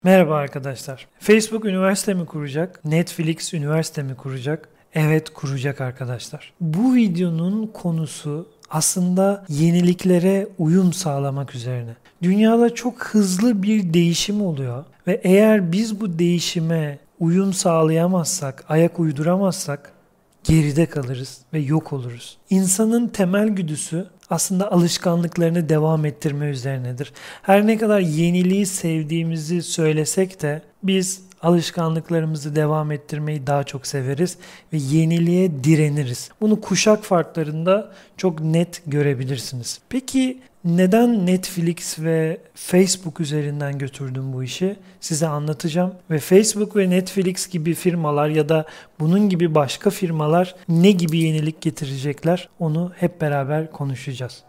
Merhaba arkadaşlar. Facebook üniversite mi kuracak? Netflix üniversite mi kuracak? Evet, kuracak arkadaşlar. Bu videonun konusu aslında yeniliklere uyum sağlamak üzerine. Dünyada çok hızlı bir değişim oluyor ve eğer biz bu değişime uyum sağlayamazsak, ayak uyduramazsak geride kalırız ve yok oluruz. İnsanın temel güdüsü aslında alışkanlıklarını devam ettirme üzerinedir. Her ne kadar yeniliği sevdiğimizi söylesek de biz alışkanlıklarımızı devam ettirmeyi daha çok severiz ve yeniliğe direniriz. Bunu kuşak farklarında çok net görebilirsiniz. Peki neden Netflix ve Facebook üzerinden götürdüm bu işi? Size anlatacağım ve Facebook ve Netflix gibi firmalar ya da bunun gibi başka firmalar ne gibi yenilik getirecekler? Onu hep beraber konuşacağız.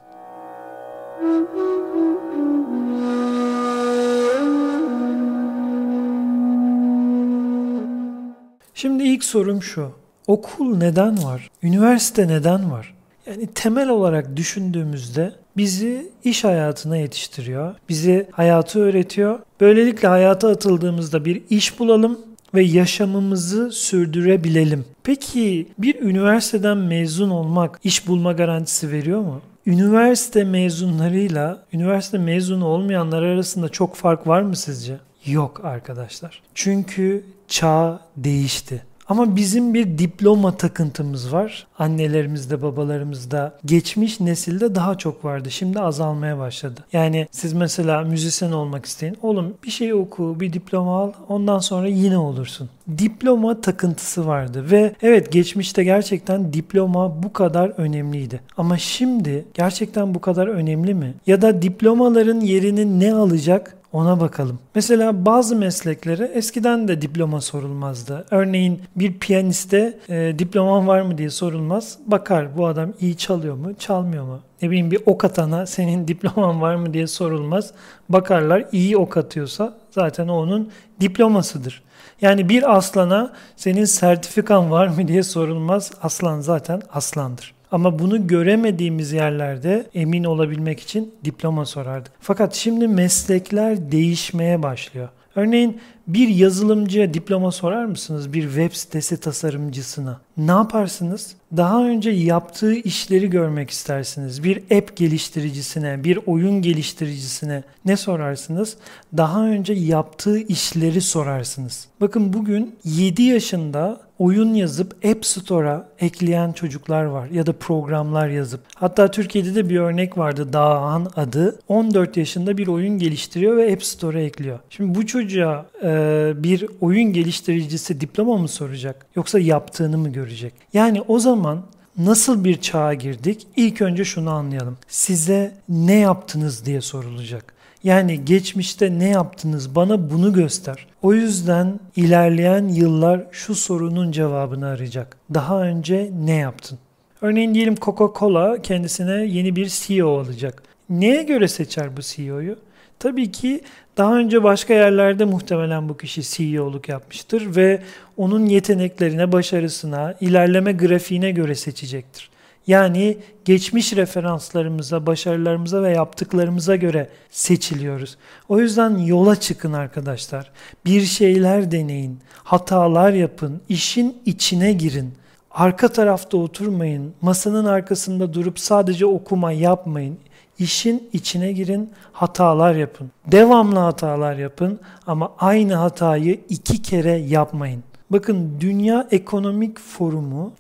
Şimdi ilk sorum şu. Okul neden var? Üniversite neden var? Yani temel olarak düşündüğümüzde bizi iş hayatına yetiştiriyor. Bizi hayatı öğretiyor. Böylelikle hayata atıldığımızda bir iş bulalım ve yaşamımızı sürdürebilelim. Peki bir üniversiteden mezun olmak iş bulma garantisi veriyor mu? Üniversite mezunlarıyla üniversite mezunu olmayanlar arasında çok fark var mı sizce? Yok arkadaşlar. Çünkü çağ değişti. Ama bizim bir diploma takıntımız var. Annelerimizde, babalarımızda, geçmiş nesilde daha çok vardı. Şimdi azalmaya başladı. Yani siz mesela müzisyen olmak isteyin. Oğlum bir şey oku, bir diploma al, ondan sonra yine olursun. Diploma takıntısı vardı ve evet geçmişte gerçekten diploma bu kadar önemliydi. Ama şimdi gerçekten bu kadar önemli mi? Ya da diplomaların yerini ne alacak? Ona bakalım. Mesela bazı mesleklere eskiden de diploma sorulmazdı. Örneğin bir piyaniste diploman var mı diye sorulmaz. Bakar bu adam iyi çalıyor mu, çalmıyor mu? Ne bileyim bir ok atana senin diploman var mı diye sorulmaz. Bakarlar iyi ok atıyorsa zaten o onun diplomasıdır. Yani bir aslana senin sertifikan var mı diye sorulmaz. Aslan zaten aslandır. Ama bunu göremediğimiz yerlerde emin olabilmek için diploma sorardık. Fakat şimdi meslekler değişmeye başlıyor. Örneğin bir yazılımcıya diploma sorar mısınız? Bir web sitesi tasarımcısına. Ne yaparsınız? Daha önce yaptığı işleri görmek istersiniz. Bir app geliştiricisine, bir oyun geliştiricisine ne sorarsınız? Daha önce yaptığı işleri sorarsınız. Bakın bugün 7 yaşında oyun yazıp App Store'a ekleyen çocuklar var ya da programlar yazıp. Hatta Türkiye'de de bir örnek vardı, Dağhan adı. 14 yaşında bir oyun geliştiriyor ve App Store'a ekliyor. Şimdi bu çocuğa bir oyun geliştiricisi diploma mı soracak yoksa yaptığını mı görecek? Yani o zaman nasıl bir çağa girdik? İlk önce şunu anlayalım. Size ne yaptınız diye sorulacak. Yani geçmişte ne yaptınız? Bana bunu göster. O yüzden ilerleyen yıllar şu sorunun cevabını arayacak. Daha önce ne yaptın? Örneğin diyelim Coca-Cola kendisine yeni bir CEO alacak. Neye göre seçer bu CEO'yu? Tabii ki daha önce başka yerlerde muhtemelen bu kişi CEO'luk yapmıştır ve onun yeteneklerine, başarısına, ilerleme grafiğine göre seçecektir. Yani geçmiş referanslarımıza, başarılarımıza ve yaptıklarımıza göre seçiliyoruz. O yüzden yola çıkın arkadaşlar. Bir şeyler deneyin, hatalar yapın, işin içine girin. Arka tarafta oturmayın, masanın arkasında durup sadece okuma yapmayın. İşin içine girin, hatalar yapın. Devamlı hatalar yapın ama aynı hatayı 2 kere yapmayın. Bakın Dünya Ekonomik Forumu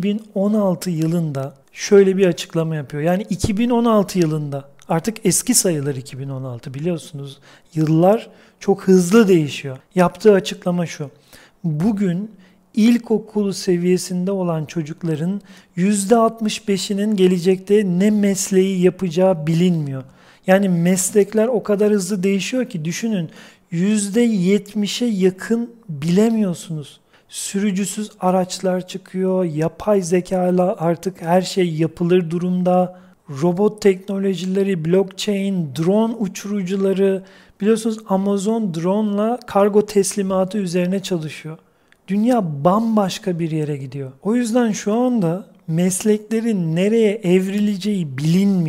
2016 yılında şöyle bir açıklama yapıyor. Yani 2016 yılında artık eski sayılır 2016 biliyorsunuz. Yıllar çok hızlı değişiyor. Yaptığı açıklama şu. Bugün ilkokul seviyesinde olan çocukların %65'inin gelecekte ne mesleği yapacağı bilinmiyor. Yani meslekler o kadar hızlı değişiyor ki düşünün %70'e yakın bilemiyorsunuz. Sürücüsüz araçlar çıkıyor, yapay zekayla artık her şey yapılır durumda. Robot teknolojileri, blockchain, drone uçurucuları, biliyorsunuz Amazon drone'la kargo teslimatı üzerine çalışıyor. Dünya bambaşka bir yere gidiyor. O yüzden şu anda mesleklerin nereye evrileceği bilinmiyor.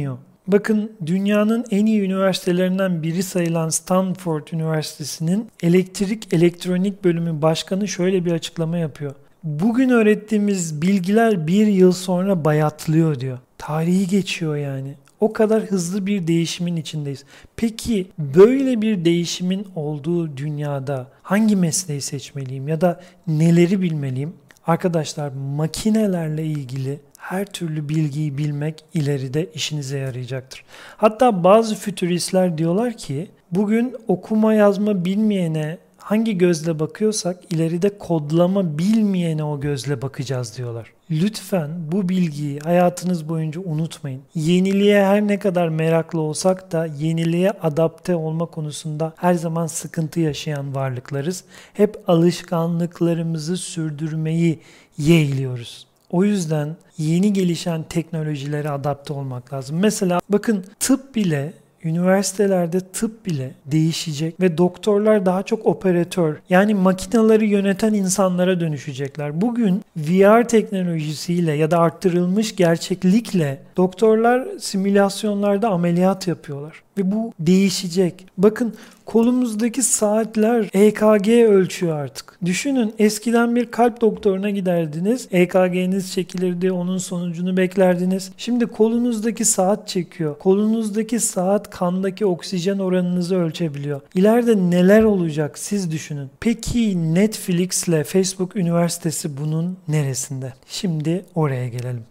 Bakın, dünyanın en iyi üniversitelerinden biri sayılan Stanford Üniversitesi'nin elektrik elektronik bölümü başkanı şöyle bir açıklama yapıyor. Bugün öğrettiğimiz bilgiler bir yıl sonra bayatlıyor diyor. Tarihi geçiyor yani. O kadar hızlı bir değişimin içindeyiz. Peki böyle bir değişimin olduğu dünyada hangi mesleği seçmeliyim ya da neleri bilmeliyim? Arkadaşlar, makinelerle ilgili her türlü bilgiyi bilmek ileride işinize yarayacaktır. Hatta bazı fütüristler diyorlar ki bugün okuma yazma bilmeyene hangi gözle bakıyorsak ileride kodlama bilmeyene o gözle bakacağız diyorlar. Lütfen bu bilgiyi hayatınız boyunca unutmayın. Yeniliğe her ne kadar meraklı olsak da yeniliğe adapte olma konusunda her zaman sıkıntı yaşayan varlıklarız. Hep alışkanlıklarımızı sürdürmeyi yeğliyoruz. O yüzden yeni gelişen teknolojilere adapte olmak lazım. Mesela bakın, üniversitelerde tıp bile değişecek ve doktorlar daha çok operatör, yani makineleri yöneten insanlara dönüşecekler. Bugün VR teknolojisiyle ya da arttırılmış gerçeklikle doktorlar simülasyonlarda ameliyat yapıyorlar. Ve bu değişecek. Bakın, kolumuzdaki saatler EKG ölçüyor artık. Düşünün, eskiden bir kalp doktoruna giderdiniz. EKG'niz çekilirdi, onun sonucunu beklerdiniz. Şimdi kolunuzdaki saat çekiyor. Kolunuzdaki saat kandaki oksijen oranınızı ölçebiliyor. İleride neler olacak siz düşünün. Peki Netflix ile Facebook Üniversitesi bunun neresinde? Şimdi oraya gelelim.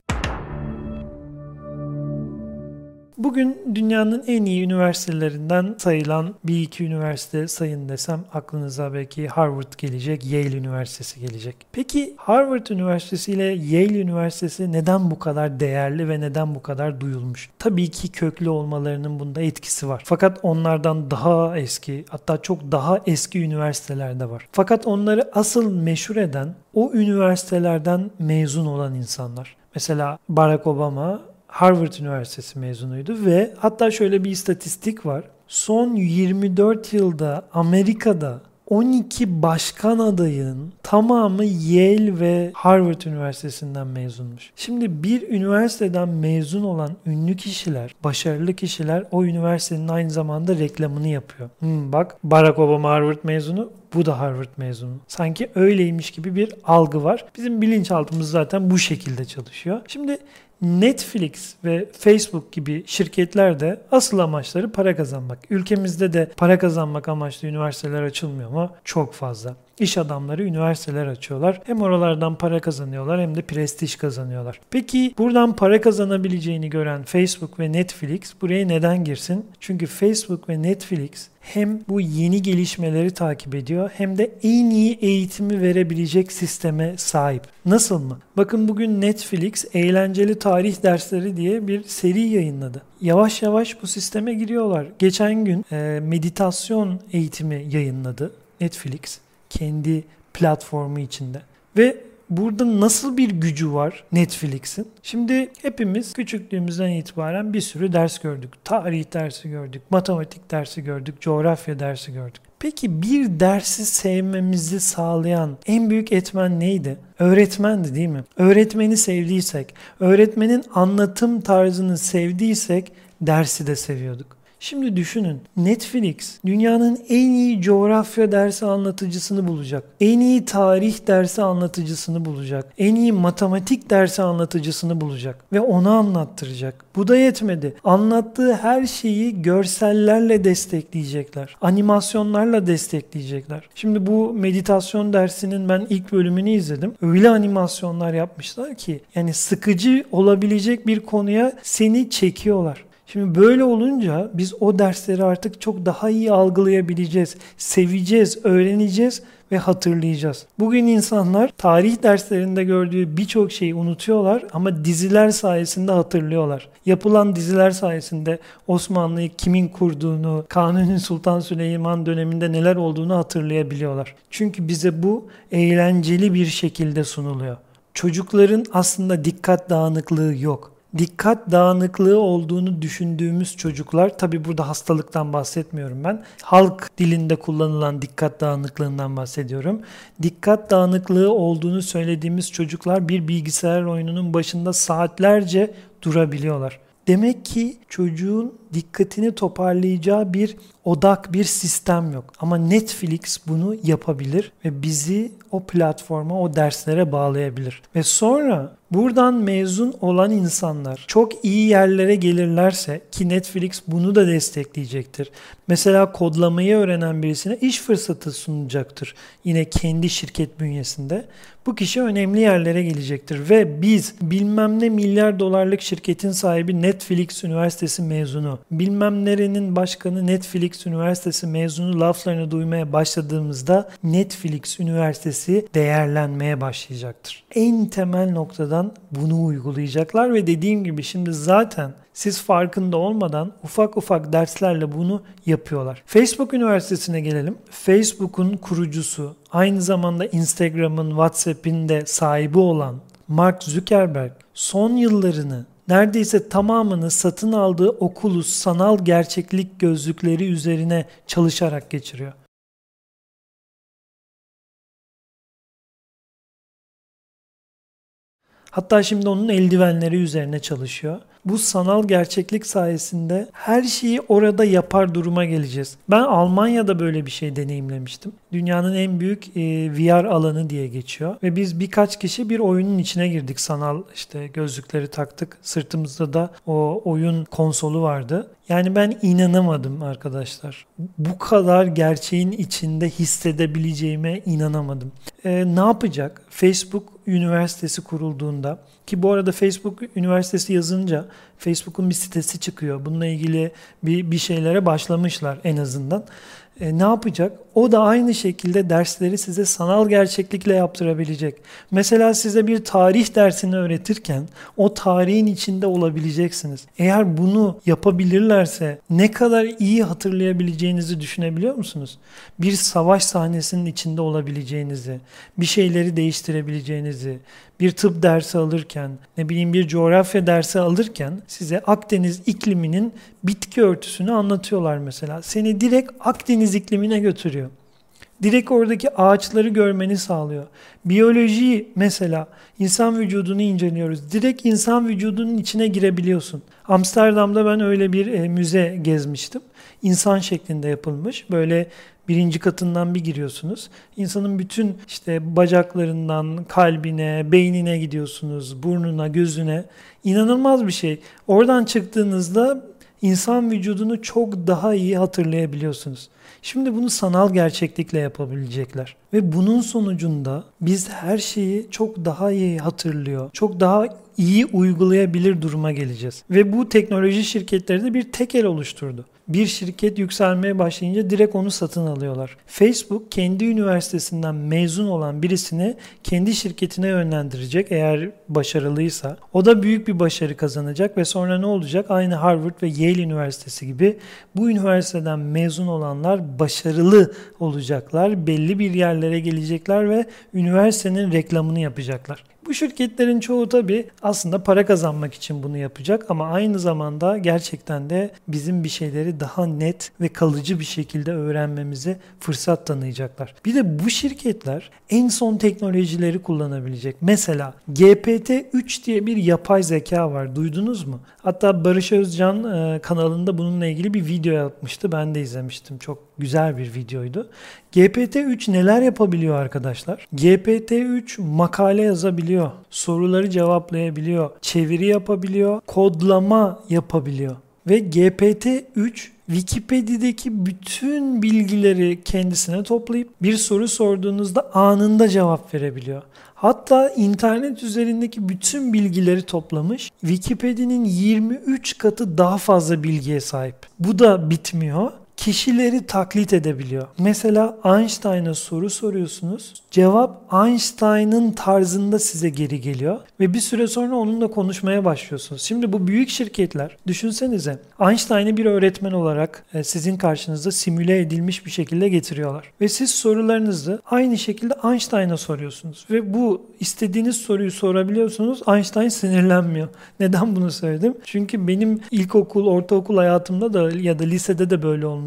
Bugün dünyanın en iyi üniversitelerinden sayılan bir iki üniversite sayın desem aklınıza belki Harvard gelecek, Yale Üniversitesi gelecek. Peki Harvard Üniversitesi ile Yale Üniversitesi neden bu kadar değerli ve neden bu kadar duyulmuş? Tabii ki köklü olmalarının bunda etkisi var. Fakat onlardan daha eski, hatta çok daha eski üniversiteler de var. Fakat onları asıl meşhur eden o üniversitelerden mezun olan insanlar. Mesela Barack Obama Harvard Üniversitesi mezunuydu ve hatta şöyle bir istatistik var. Son 24 yılda Amerika'da 12 başkan adayının tamamı Yale ve Harvard Üniversitesi'nden mezunmuş. Şimdi bir üniversiteden mezun olan ünlü kişiler, başarılı kişiler o üniversitenin aynı zamanda reklamını yapıyor. Bak, Barack Obama Harvard mezunu, bu da Harvard mezunu. Sanki öyleymiş gibi bir algı var. Bizim bilinçaltımız zaten bu şekilde çalışıyor. Şimdi Netflix ve Facebook gibi şirketler de asıl amaçları para kazanmak. Ülkemizde de para kazanmak amaçlı üniversiteler açılmıyor ama çok fazla. İş adamları üniversiteler açıyorlar. Hem oralardan para kazanıyorlar hem de prestij kazanıyorlar. Peki buradan para kazanabileceğini gören Facebook ve Netflix buraya neden girsin? Çünkü Facebook ve Netflix hem bu yeni gelişmeleri takip ediyor hem de en iyi eğitimi verebilecek sisteme sahip. Nasıl mı? Bakın, bugün Netflix eğlenceli tarih dersleri diye bir seri yayınladı. Yavaş yavaş bu sisteme giriyorlar. Geçen gün meditasyon eğitimi yayınladı Netflix kendi platformu içinde. Ve burada nasıl bir gücü var Netflix'in? Şimdi hepimiz küçüklüğümüzden itibaren bir sürü ders gördük. Tarih dersi gördük, matematik dersi gördük, coğrafya dersi gördük. Peki bir dersi sevmemizi sağlayan en büyük etmen neydi? Öğretmendi, değil mi? Öğretmeni sevdiysek, öğretmenin anlatım tarzını sevdiysek dersi de seviyorduk. Şimdi düşünün, Netflix dünyanın en iyi coğrafya dersi anlatıcısını bulacak. En iyi tarih dersi anlatıcısını bulacak. En iyi matematik dersi anlatıcısını bulacak. Ve onu anlattıracak. Bu da yetmedi. Anlattığı her şeyi görsellerle destekleyecekler. Animasyonlarla destekleyecekler. Şimdi bu meditasyon dersinin ben ilk bölümünü izledim. Öyle animasyonlar yapmışlar ki yani sıkıcı olabilecek bir konuya seni çekiyorlar. Şimdi böyle olunca biz o dersleri artık çok daha iyi algılayabileceğiz, seveceğiz, öğreneceğiz ve hatırlayacağız. Bugün insanlar tarih derslerinde gördüğü birçok şeyi unutuyorlar ama diziler sayesinde hatırlıyorlar. Yapılan diziler sayesinde Osmanlı'yı kimin kurduğunu, Kanuni Sultan Süleyman döneminde neler olduğunu hatırlayabiliyorlar. Çünkü bize bu eğlenceli bir şekilde sunuluyor. Çocukların aslında dikkat dağınıklığı yok. Dikkat dağınıklığı olduğunu düşündüğümüz çocuklar, tabi burada hastalıktan bahsetmiyorum ben, halk dilinde kullanılan dikkat dağınıklığından bahsediyorum. Dikkat dağınıklığı olduğunu söylediğimiz çocuklar bir bilgisayar oyununun başında saatlerce durabiliyorlar. Demek ki çocuğun dikkatini toparlayacağı bir odak, bir sistem yok. Ama Netflix bunu yapabilir ve bizi o platforma, o derslere bağlayabilir. Ve sonra buradan mezun olan insanlar çok iyi yerlere gelirlerse, ki Netflix bunu da destekleyecektir. Mesela kodlamayı öğrenen birisine iş fırsatı sunacaktır. Yine kendi şirket bünyesinde. Bu kişi önemli yerlere gelecektir. Ve biz bilmem ne milyar dolarlık şirketin sahibi Netflix Üniversitesi mezunu, bilmem nerenin başkanı Netflix Üniversitesi mezunu laflarını duymaya başladığımızda Netflix Üniversitesi değerlenmeye başlayacaktır. En temel noktadan bunu uygulayacaklar ve dediğim gibi şimdi zaten siz farkında olmadan ufak ufak derslerle bunu yapıyorlar. Facebook Üniversitesi'ne gelelim. Facebook'un kurucusu, aynı zamanda Instagram'ın, WhatsApp'in de sahibi olan Mark Zuckerberg son yıllarını neredeyse tamamını satın aldığı Oculus sanal gerçeklik gözlükleri üzerine çalışarak geçiriyor. Hatta şimdi onun eldivenleri üzerine çalışıyor. Bu sanal gerçeklik sayesinde her şeyi orada yapar duruma geleceğiz. Ben Almanya'da böyle bir şey deneyimlemiştim. Dünyanın en büyük VR alanı diye geçiyor. Ve biz birkaç kişi bir oyunun içine girdik. Sanal işte gözlükleri taktık. Sırtımızda da o oyun konsolu vardı. Yani ben inanamadım arkadaşlar. Bu kadar gerçeğin içinde hissedebileceğime inanamadım. Ne yapacak? Facebook Üniversitesi kurulduğunda, ki bu arada Facebook Üniversitesi yazınca Facebook'un bir sitesi çıkıyor. Bununla ilgili bir şeylere başlamışlar en azından. Ne yapacak? O da aynı şekilde dersleri size sanal gerçeklikle yaptırabilecek. Mesela size bir tarih dersini öğretirken o tarihin içinde olabileceksiniz. Eğer bunu yapabilirlerse ne kadar iyi hatırlayabileceğinizi düşünebiliyor musunuz? Bir savaş sahnesinin içinde olabileceğinizi, bir şeyleri değiştirebileceğinizi, bir tıp dersi alırken, bir coğrafya dersi alırken size Akdeniz ikliminin bitki örtüsünü anlatıyorlar mesela. Seni direkt Akdeniz iklimine götürüyor. Direkt oradaki ağaçları görmeni sağlıyor. Biyoloji mesela, insan vücudunu inceliyoruz. Direkt insan vücudunun içine girebiliyorsun. Amsterdam'da ben öyle bir müze gezmiştim. İnsan şeklinde yapılmış. Böyle birinci katından bir giriyorsunuz. İnsanın bütün işte bacaklarından kalbine, beynine gidiyorsunuz, burnuna, gözüne. İnanılmaz bir şey. Oradan çıktığınızda insan vücudunu çok daha iyi hatırlayabiliyorsunuz. Şimdi bunu sanal gerçeklikle yapabilecekler. Ve bunun sonucunda biz her şeyi çok daha iyi hatırlıyor, çok daha iyi uygulayabilir duruma geleceğiz. Ve bu teknoloji şirketleri de bir tekel oluşturdu. Bir şirket yükselmeye başlayınca direkt onu satın alıyorlar. Facebook kendi üniversitesinden mezun olan birisini kendi şirketine yönlendirecek eğer başarılıysa. O da büyük bir başarı kazanacak ve sonra ne olacak? Aynı Harvard ve Yale Üniversitesi gibi bu üniversiteden mezun olanlar başarılı olacaklar. Belli bir yerlere gelecekler ve üniversitenin reklamını yapacaklar. Bu şirketlerin çoğu tabii aslında para kazanmak için bunu yapacak ama aynı zamanda gerçekten de bizim bir şeyleri daha net ve kalıcı bir şekilde öğrenmemize fırsat tanıyacaklar. Bir de bu şirketler en son teknolojileri kullanabilecek. Mesela GPT-3 diye bir yapay zeka var. Duydunuz mu? Hatta Barış Özcan kanalında bununla ilgili bir video yapmıştı. Ben de izlemiştim. Çok güzel bir videoydu. GPT-3 neler yapabiliyor arkadaşlar? GPT-3 makale yazabiliyor, soruları cevaplayabiliyor, çeviri yapabiliyor, kodlama yapabiliyor. Ve GPT-3 Wikipedia'daki bütün bilgileri kendisine toplayıp bir soru sorduğunuzda anında cevap verebiliyor. Hatta internet üzerindeki bütün bilgileri toplamış. Wikipedia'nın 23 katı daha fazla bilgiye sahip. Bu da bitmiyor. Kişileri taklit edebiliyor. Mesela Einstein'a soru soruyorsunuz. Cevap Einstein'ın tarzında size geri geliyor. Ve bir süre sonra onunla konuşmaya başlıyorsunuz. Şimdi bu büyük şirketler, düşünsenize Einstein'ı bir öğretmen olarak sizin karşınızda simüle edilmiş bir şekilde getiriyorlar. Ve siz sorularınızı aynı şekilde Einstein'a soruyorsunuz. Ve bu istediğiniz soruyu sorabiliyorsunuz. Einstein sinirlenmiyor. Neden bunu söyledim? Çünkü benim ilkokul, ortaokul hayatımda da ya da lisede de böyle olmuş.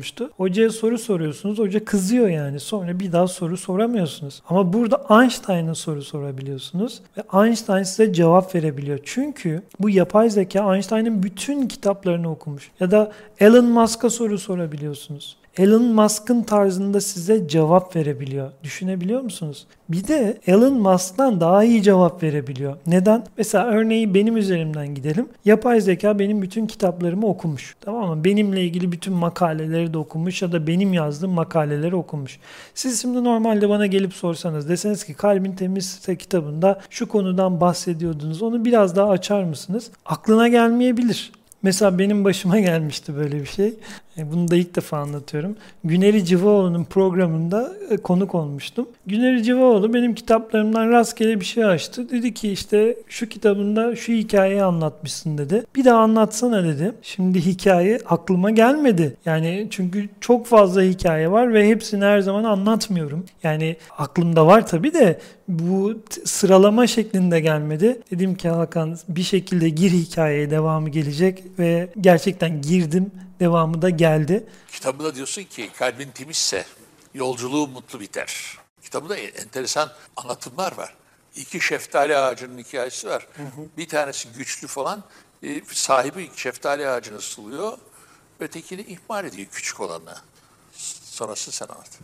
olmuştu. Hocaya soru soruyorsunuz. Hoca kızıyor yani. Sonra bir daha soru soramıyorsunuz. Ama burada Einstein'a soru sorabiliyorsunuz. Ve Einstein size cevap verebiliyor. Çünkü bu yapay zeka Einstein'ın bütün kitaplarını okumuş. Ya da Elon Musk'a soru sorabiliyorsunuz. Elon Musk'ın tarzında size cevap verebiliyor. Düşünebiliyor musunuz? Bir de Elon Musk'tan daha iyi cevap verebiliyor. Neden? Mesela örneği benim üzerimden gidelim. Yapay zeka benim bütün kitaplarımı okumuş. Tamam mı? Benimle ilgili bütün makaleleri de okumuş ya da benim yazdığım makaleleri okumuş. Siz şimdi normalde bana gelip sorsanız, deseniz ki Kalbin Temizse kitabında şu konudan bahsediyordunuz. Onu biraz daha açar mısınız? Aklına gelmeyebilir. Mesela benim başıma gelmişti böyle bir şey. Bunu da ilk defa anlatıyorum. Güneri Civaoğlu'nun programında konuk olmuştum. Güneri Civaoğlu benim kitaplarımdan rastgele bir şey açtı. Dedi ki işte şu kitabında şu hikayeyi anlatmışsın dedi. Bir daha anlatsana dedi. Şimdi hikaye aklıma gelmedi. Yani çünkü çok fazla hikaye var ve hepsini her zaman anlatmıyorum. Yani aklımda var tabii de bu sıralama şeklinde gelmedi. Dedim ki Hakan bir şekilde gir, hikayeye devamı gelecek ve gerçekten girdim. Devamı da geldi. Kitabında diyorsun ki kalbin temizse yolculuğu mutlu biter. Kitabında enteresan anlatımlar var. 2 şeftali ağacının hikayesi var. Bir tanesi güçlü falan. Sahibi şeftali ağacını suluyor. Ötekini ihmal ediyor, küçük olanı. Sonrasını sen anlat.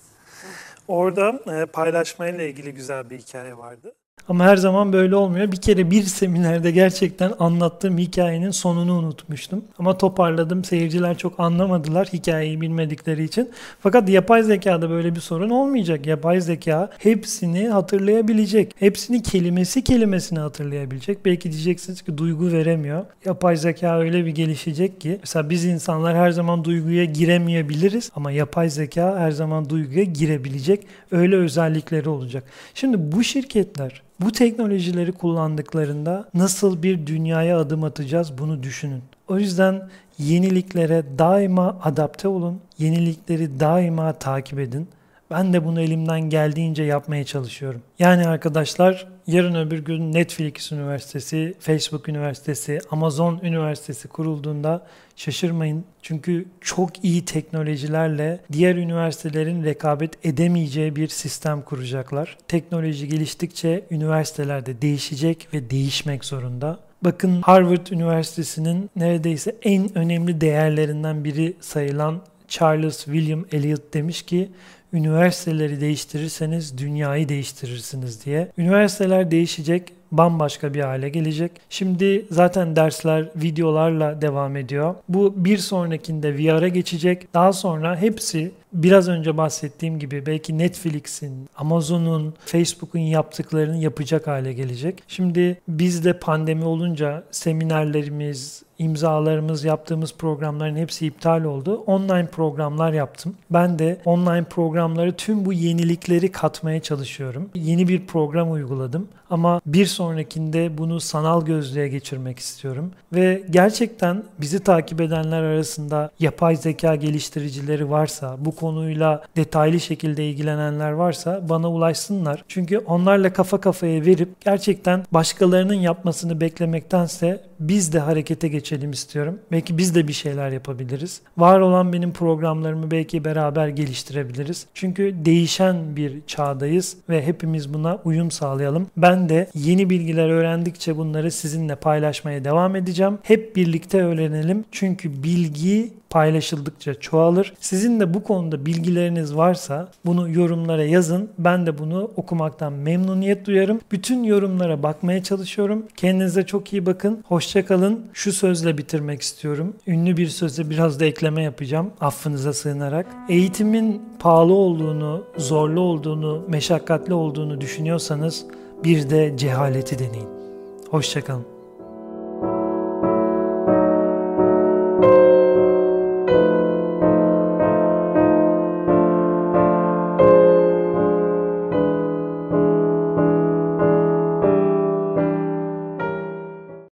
Orada paylaşmayla ilgili güzel bir hikaye vardı. Ama her zaman böyle olmuyor. Bir kere bir seminerde gerçekten anlattığım hikayenin sonunu unutmuştum. Ama toparladım. Seyirciler çok anlamadılar hikayeyi bilmedikleri için. Fakat yapay zekada böyle bir sorun olmayacak. Yapay zeka hepsini hatırlayabilecek. Hepsini kelimesi kelimesine hatırlayabilecek. Belki diyeceksiniz ki duygu veremiyor. Yapay zeka öyle bir gelişecek ki mesela biz insanlar her zaman duyguya giremeyebiliriz ama yapay zeka her zaman duyguya girebilecek. Öyle özellikleri olacak. Şimdi bu şirketler bu teknolojileri kullandıklarında nasıl bir dünyaya adım atacağız bunu düşünün. O yüzden yeniliklere daima adapte olun. Yenilikleri daima takip edin. Ben de bunu elimden geldiğince yapmaya çalışıyorum. Yani arkadaşlar yarın öbür gün Netflix Üniversitesi, Facebook Üniversitesi, Amazon Üniversitesi kurulduğunda şaşırmayın. Çünkü çok iyi teknolojilerle diğer üniversitelerin rekabet edemeyeceği bir sistem kuracaklar. Teknoloji geliştikçe üniversiteler de değişecek ve değişmek zorunda. Bakın Harvard Üniversitesi'nin neredeyse en önemli değerlerinden biri sayılan Charles William Eliot demiş ki üniversiteleri değiştirirseniz dünyayı değiştirirsiniz diye. Üniversiteler değişecek, bambaşka bir hale gelecek. Şimdi zaten dersler videolarla devam ediyor. Bu bir sonrakinde VR'a geçecek. Daha sonra hepsi biraz önce bahsettiğim gibi belki Netflix'in, Amazon'un, Facebook'un yaptıklarını yapacak hale gelecek. Şimdi bizde pandemi olunca seminerlerimiz, imzalarımız, yaptığımız programların hepsi iptal oldu. Online programlar yaptım. Ben de online programları tüm bu yenilikleri katmaya çalışıyorum. Yeni bir program uyguladım ama bir sonrakinde bunu sanal gözlüğe geçirmek istiyorum. Ve gerçekten bizi takip edenler arasında yapay zeka geliştiricileri varsa, bu konuyla detaylı şekilde ilgilenenler varsa bana ulaşsınlar. Çünkü onlarla kafa kafaya verip gerçekten başkalarının yapmasını beklemektense biz de harekete geçelim istiyorum. Belki biz de bir şeyler yapabiliriz. Var olan benim programlarımı belki beraber geliştirebiliriz. Çünkü değişen bir çağdayız ve hepimiz buna uyum sağlayalım. Ben de yeni bilgiler öğrendikçe bunları sizinle paylaşmaya devam edeceğim. Hep birlikte öğrenelim. Çünkü bilgi paylaşıldıkça çoğalır. Sizin de bu konuda bilgileriniz varsa bunu yorumlara yazın. Ben de bunu okumaktan memnuniyet duyarım. Bütün yorumlara bakmaya çalışıyorum. Kendinize çok iyi bakın. Hoşça kalın. Şu sözle bitirmek istiyorum. Ünlü bir söze biraz da ekleme yapacağım. Affınıza sığınarak. Eğitimin pahalı olduğunu, zorlu olduğunu, meşakkatli olduğunu düşünüyorsanız bir de cehaleti deneyin. Hoşça kalın.